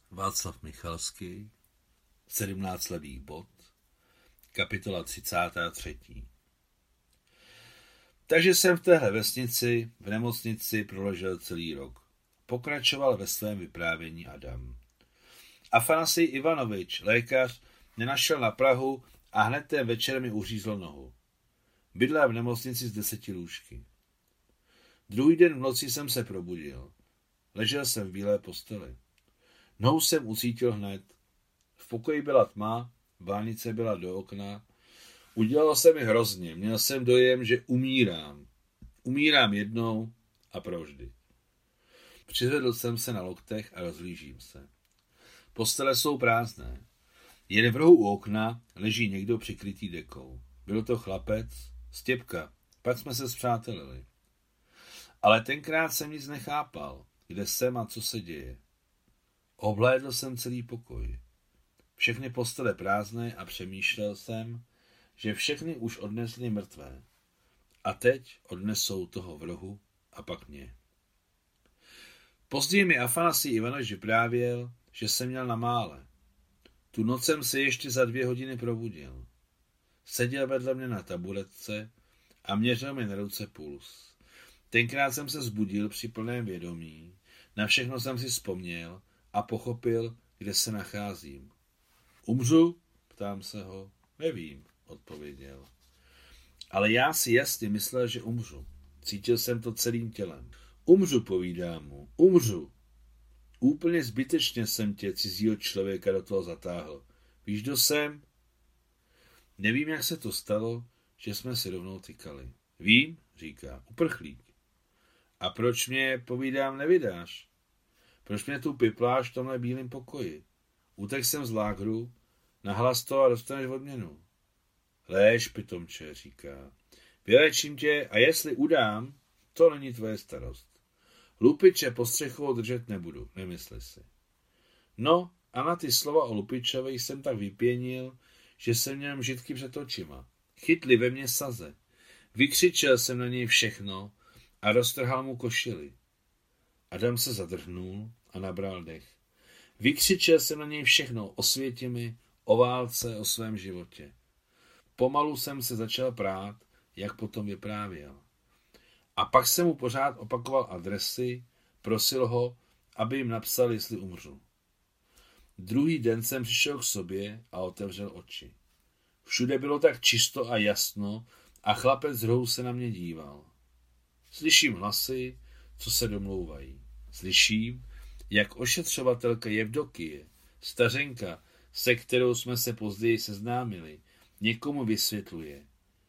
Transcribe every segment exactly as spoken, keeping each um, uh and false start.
Václav Michalský, sedmnáctletý bod, kapitola třicátá třetí. Takže jsem v téhle vesnici, v nemocnici proležel celý rok. Pokračoval ve svém vyprávění Adam. Afanasij Ivanovič, lékař, mě našel na Prahu a hned ten večer mi uřízl nohu. Bydlel v nemocnici z deseti lůžky. Druhý den v noci jsem se probudil. Ležel jsem v bílé posteli. Nohu jsem ucítil hned. V pokoji byla tma, vanice byla do okna. Udělalo se mi hrozně. Měl jsem dojem, že umírám. Umírám jednou a provždy. Přizvedl jsem se na loktech a rozhlížím se. Postele jsou prázdné. Jen v rohu u okna leží někdo přikrytý dekou. Byl to chlapec, Stěpka, pak jsme se spřátelili. Ale tenkrát jsem nic nechápal, kde jsem a co se děje. Obhlédl jsem celý pokoj. Všechny postele prázdné a přemýšlel jsem, že všechny už odnesli mrtvé. A teď odnesou toho v rohu a pak mě. Později mi Afanasij Ivanovič vyprávěl, že jsem měl na mále. Tu noc jsem se ještě za dvě hodiny probudil. Seděl vedle mě na taburetce a měřil mi na ruce puls. Tenkrát jsem se zbudil při plném vědomí, na všechno jsem si vzpomněl a pochopil, kde se nacházím. Umřu? Ptám se ho. Nevím, odpověděl. Ale já si jasně myslel, že umřu. Cítil jsem to celým tělem. Umřu, povídám mu. Umřu. Úplně zbytečně jsem tě, cizího člověka, do toho zatáhl. Víš, kdo jsem? Nevím, jak se to stalo, že jsme si rovnou tykali. Vím, říká, uprchlík. A proč mě, povídám, nevydáš? Proč mě tu pipláš v tomhle bílém pokoji? Utek jsem z lágru, nahlas to a dostaneš odměnu. Léž, pitomče, říká. Vylečím tě a jestli udám, to není tvoje starost. Lupiče pod střechou držet nebudu, nemysli si. No a na ty slova o Lupičovi jsem tak vypěnil, že jsem měl mžitky před očima. Chytli ve mně saze. Vykřičel jsem na něj všechno a roztrhal mu košili. Adam se zadrhnul a nabral dech. Vykřičel jsem na něj všechno o světě mi, o válce, o svém životě. Pomalu jsem se začal prát, jak potom vyprávěl. A pak jsem mu pořád opakoval adresy, prosil ho, aby jim napsal, jestli umřu. Druhý den jsem přišel k sobě a otevřel oči. Všude bylo tak čisto a jasno a chlapec z rohu se na mě díval. Slyším hlasy, co se domlouvají. Slyším, jak ošetřovatelka Jevdokie, stařenka, se kterou jsme se později seznámili, někomu vysvětluje.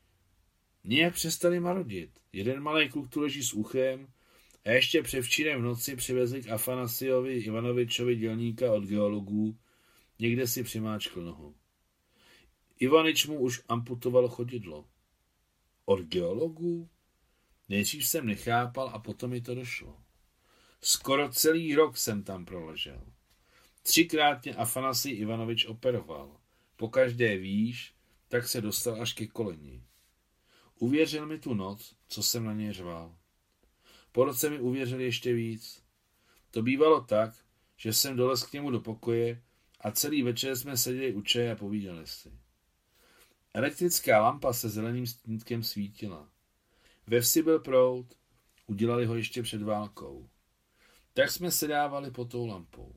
Nějak přestali marodit. Jeden malý kluk tu leží s uchem a ještě převčírem v noci přivezli k Afanasijovi Ivanovičovi dělníka od geologů, někde si přimáčkl nohu. Ivanič mu už amputoval chodidlo. Od geologů? Nejdřív jsem nechápal a potom mi to došlo. Skoro celý rok jsem tam proležel. Třikrát mě Afanasij Ivanovič operoval. Pokaždé výš, tak se dostal až ke koleni. Uvěřil mi tu noc, co jsem na něj řval. Po roce mi uvěřil ještě víc. To bývalo tak, že jsem dolez k němu do pokoje a celý večer jsme seděli u čaje a povídali si. Elektrická lampa se zeleným stínítkem svítila. Ve vsi byl proud, udělali ho ještě před válkou. Tak jsme se dávali pod tou lampou.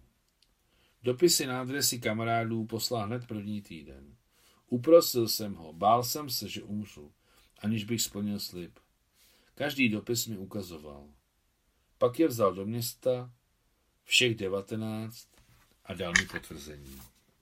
Dopisy na adresy kamarádů poslal hned první týden. Uprosil jsem ho, bál jsem se, že umřu, aniž bych splnil slib. Každý dopis mi ukazoval. Pak je vzal do města, všech devatenáct, a dal mi potvrzení.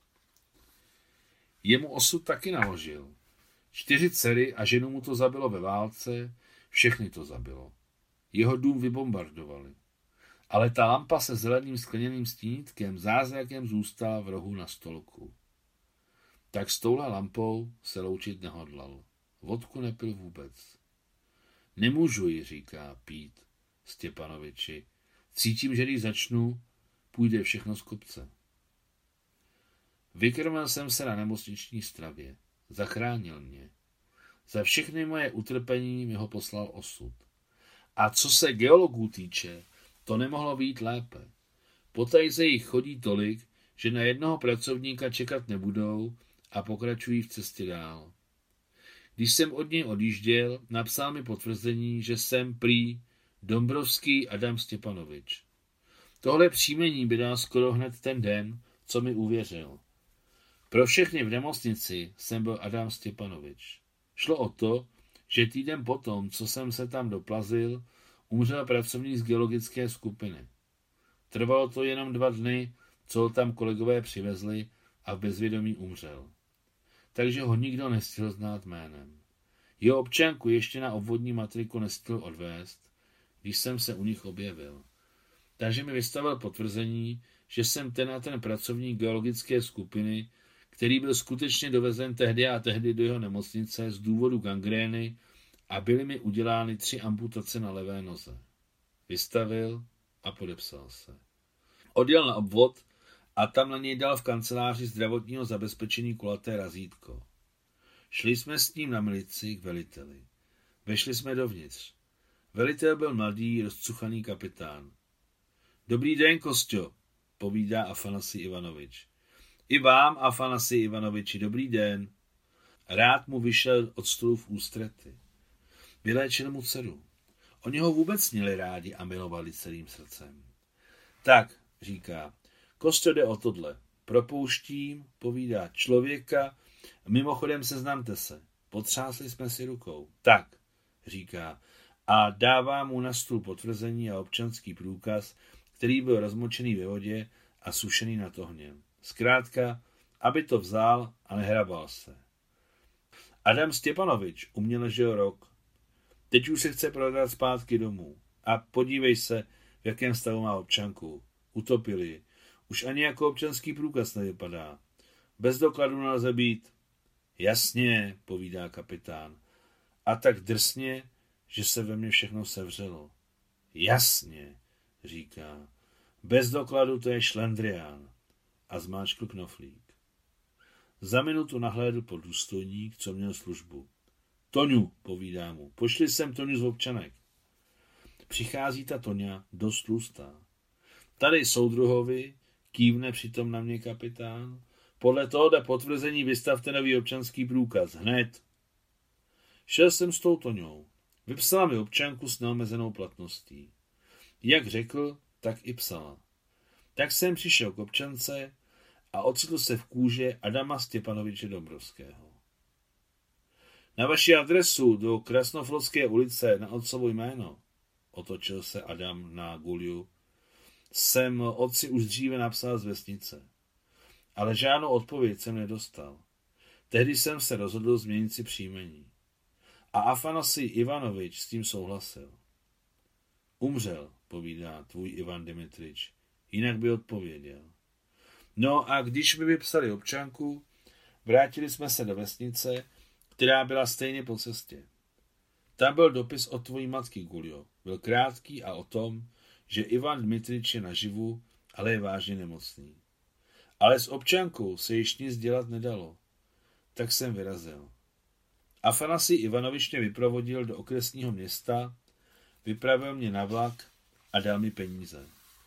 Jemu osud taky naložil. Čtyři dcery a ženu mu to zabilo ve válce, všechny to zabilo. Jeho dům vybombardovali. Ale ta lampa se zeleným skleněným stínítkem zázrakem zůstala v rohu na stolku. Tak s touhle lampou se loučit nehodlal. Vodku nepil vůbec. Nemůžu ji, říká, pít Stěpanoviči. Cítím, že když začnu, půjde všechno z kopce. Vykrmil jsem se na nemocniční stravě. Zachránil mě. Za všechny moje utrpení mi ho poslal osud. A co se geologů týče, to nemohlo být lépe. Po tajze jich chodí tolik, že na jednoho pracovníka čekat nebudou a pokračují v cestě dál. Když jsem od něj odjížděl, napsal mi potvrzení, že jsem prý Dombrovský Adam Stěpanovič. Tohle příjmení by dal skoro hned ten den, co mi uvěřil. Pro všechny v nemocnici jsem byl Adam Stěpanovič. Šlo o to, že týden potom, co jsem se tam doplazil, umřel pracovník z geologické skupiny. Trvalo to jenom dva dny, co ho tam kolegové přivezli a v bezvědomí umřel. Takže ho nikdo nestihl znát jménem. Jeho občanku ještě na obvodní matriku nestihl odvést, když jsem se u nich objevil. Takže mi vystavil potvrzení, že jsem ten a ten pracovník geologické skupiny, který byl skutečně dovezen tehdy a tehdy do jeho nemocnice z důvodu gangrény a byly mi udělány tři amputace na levé noze. Vystavil a podepsal se. Odjel na obvod a tam na něj dal v kanceláři zdravotního zabezpečení kulaté razítko. Šli jsme s ním na milici k veliteli. Vešli jsme dovnitř. Velitel byl mladý, rozcuchaný kapitán. Dobrý den, Kosťo, povídá Afanasij Ivanovič. I vám, Afanasij Ivanoviči, dobrý den. Rád mu vyšel od stolu v ústrety. Vyléčil mu dceru. Oni ho vůbec měli rádi a milovali celým srdcem. Tak, říká, Kosťo, jde o tohle. Propouštím, povídá člověka, mimochodem seznamte se. Potřásli jsme si rukou. Tak, říká, a dává mu na stůl potvrzení a občanský průkaz, který byl rozmočený ve vodě a sušený nad ohněm. Zkrátka, aby to vzal a nehrabal se. Adam Stěpanovič u mě ležel rok. Teď už se chce prodat zpátky domů. A podívej se, v jakém stavu má občanku. Utopili. Už ani jako občanský průkaz nevypadá. Bez dokladu nelze být. Jasně, povídá kapitán. A tak drsně, že se ve mně všechno sevřelo. Jasně, říká. Bez dokladu to je šlendrián. A zmáčkl knoflík. Za minutu nahlédl pod důstojník, co měl službu. Toňu, povídá mu, pošli sem Toňu z občanek. Přichází ta Toňa, dost tlustá. Tady soudruhovi, kývne přitom na mě kapitán, podle toho jde potvrzení, vystavte nový občanský průkaz, hned. Šel jsem s tou Toňou. Vypsala mi občanku s neomezenou platností. Jak řekl, tak i psala. Tak jsem přišel k občance a ocitl se v kůži Adama Stěpanoviče Dombrovského. Na vaši adresu do Krasnoflotské ulice na otcovo jméno, otočil se Adam na Guliu, jsem otci už dříve napsal z vesnice, ale žádnou odpověď jsem nedostal. Tehdy jsem se rozhodl změnit si příjmení. A Afanasij Ivanovič s tím souhlasil. Umřel, povídá tvůj Ivan Dimitrič, jinak by odpověděl. No a když mi vypsali občanku, vrátili jsme se do vesnice, která byla stejně po cestě. Tam byl dopis od tvojí matky, Gulio. Byl krátký a o tom, že Ivan Dmitrič je naživu, ale je vážně nemocný. Ale s občankou se již nic dělat nedalo. Tak jsem vyrazil. Afanasij Ivanovič mě vyprovodil do okresního města, vypravil mě na vlak a dal mi peníze.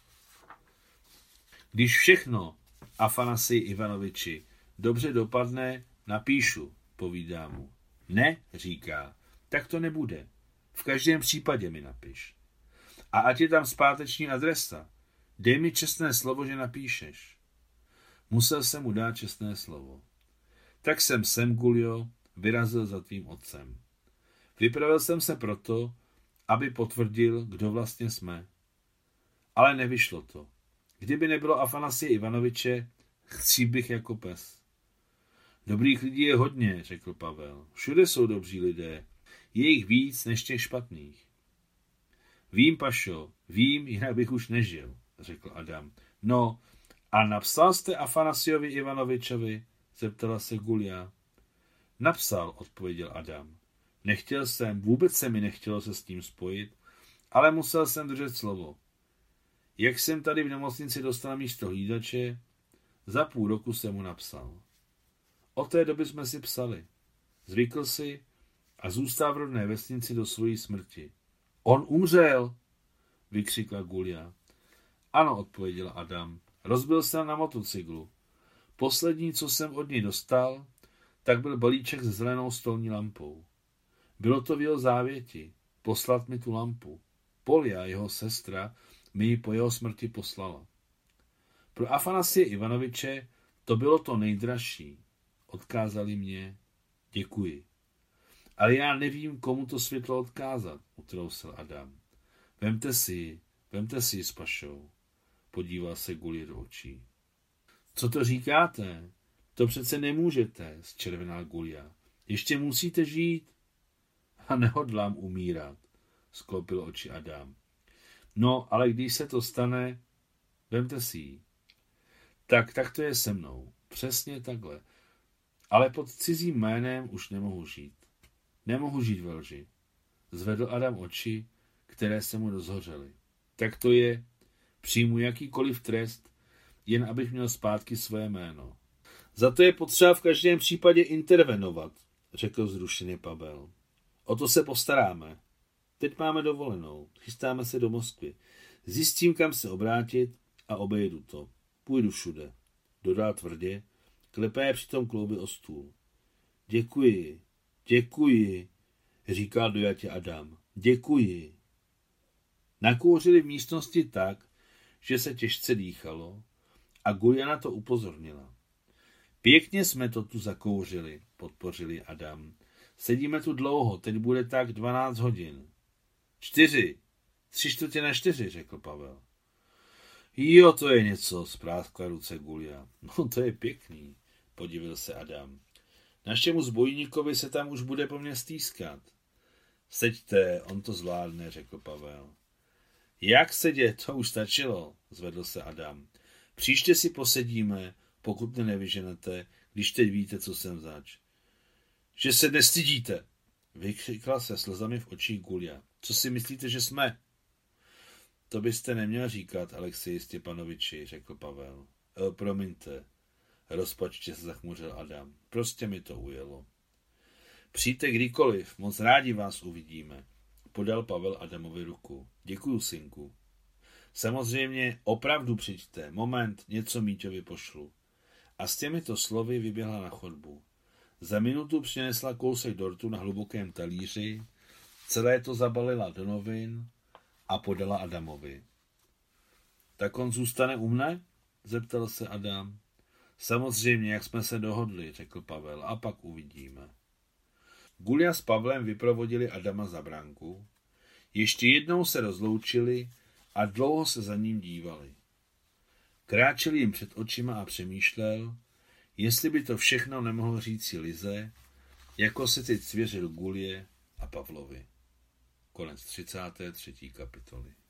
Když všechno, Afanasij Ivanoviči, dobře dopadne, napíšu, povídá mu. Ne, říká, tak to nebude. V každém případě mi napiš. A ať je tam zpáteční adresa, dej mi čestné slovo, že napíšeš. Musel jsem mu dát čestné slovo. Tak jsem sem, Gulio, vyrazil za tvým otcem. Vypravil jsem se proto, aby potvrdil, kdo vlastně jsme. Ale nevyšlo to. Kdyby nebylo Afanasije Ivanoviče, chcíp bych jako pes. Dobrých lidí je hodně, řekl Pavel. Všude jsou dobří lidé. Je jich víc než těch špatných. Vím, Pašo, vím, jinak bych už nežil, řekl Adam. No, a napsal jste Afanasijovi Ivanovičovi? Zeptala se Gulia. Napsal, odpověděl Adam. Nechtěl jsem, vůbec se mi nechtělo se s tím spojit, ale musel jsem držet slovo. Jak jsem tady v nemocnici dostal místo hlídače, za půl roku jsem mu napsal. Od té doby jsme si psali. Zvykl si a zůstal v rodné vesnici do svojí smrti. On umřel, vykřikla Gulia. Ano, odpověděl Adam, Rozbil se na motocyklu. Poslední, co jsem od něj dostal, tak byl balíček s zelenou stolní lampou. Bylo to v jeho závěti, poslat mi tu lampu. Polja, jeho sestra, mi ji po jeho smrti poslala. Pro Afanasie Ivanoviče to bylo to nejdražší. Odkázali mě, děkuji. Ale já nevím, komu to světlo odkázat, utrousil Adam. Vemte si ji, vemte si ji s Pašou. Podíval se Gulě do očí. Co to říkáte? To přece nemůžete, zčervenal Gulja. Ještě musíte žít. A nehodlám umírat, sklopil oči Adam. No, ale když se to stane, vemte si ji. Tak, tak to je se mnou. Přesně takhle. Ale pod cizím jménem už nemohu žít. Nemohu žít ve lži. Zvedl Adam oči, které se mu rozhořely. Tak to je, přijmu jakýkoliv trest, jen abych měl zpátky své jméno. Za to je potřeba v každém případě intervenovat, řekl vzrušený Pavel. O to se postaráme. Teď máme dovolenou, chystáme se do Moskvy. Zjistím, kam se obrátit a obejdu to. Půjdu všude, dodal tvrdě, klepé přitom klouby o stůl. Děkuji, děkuji, říkal dojatě Adam. Děkuji. Nakouřili v místnosti tak, že se těžce dýchalo a Gulja na to upozornila. Pěkně jsme to tu zakouřili, podpořili Adam. Sedíme tu dlouho, teď bude tak dvanáct hodin. Čtyři, tři čtvrtě na čtyři, řekl Pavel. Jo, to je něco, spráskla ruce Gulja. No to je pěkný, podivil se Adam. Našemu zbojníkovi se tam už bude po mně stýskat. Seďte, on to zvládne, řekl Pavel. Jak sedět, to už stačilo, zvedl se Adam. Příště si posedíme, pokud mě nevyženete, když teď víte, co jsem zač. Že se nestydíte, vykřikla se slzami v očích Gulja. Co si myslíte, že jsme? To byste neměl říkat, Alexeji Stěpanoviči, řekl Pavel. E, promiňte, rozpačitě se zachmuřil Adam. Prostě mi to ujelo. Přijďte kdykoliv, moc rádi vás uvidíme, podal Pavel Adamovi ruku. Děkuju, synku. Samozřejmě, opravdu přijďte. Moment, něco Míťovi pošlu. A s těmito slovy vyběhla na chodbu. Za minutu přinesla kousek dortu na hlubokém talíři, celé to zabalila do novin a podala Adamovi. Tak on zůstane u mne? Zeptal se Adam. Samozřejmě, jak jsme se dohodli, řekl Pavel, a pak uvidíme. Gulja s Pavlem vyprovodili Adama za branku, ještě jednou se rozloučili a dlouho se za ním dívali. Kráčel jim před očima a přemýšlel, jestli by to všechno nemohl říci Lize, jako se teď svěřil Gulje a Pavlovi. Konec třicáté třetí kapitoly.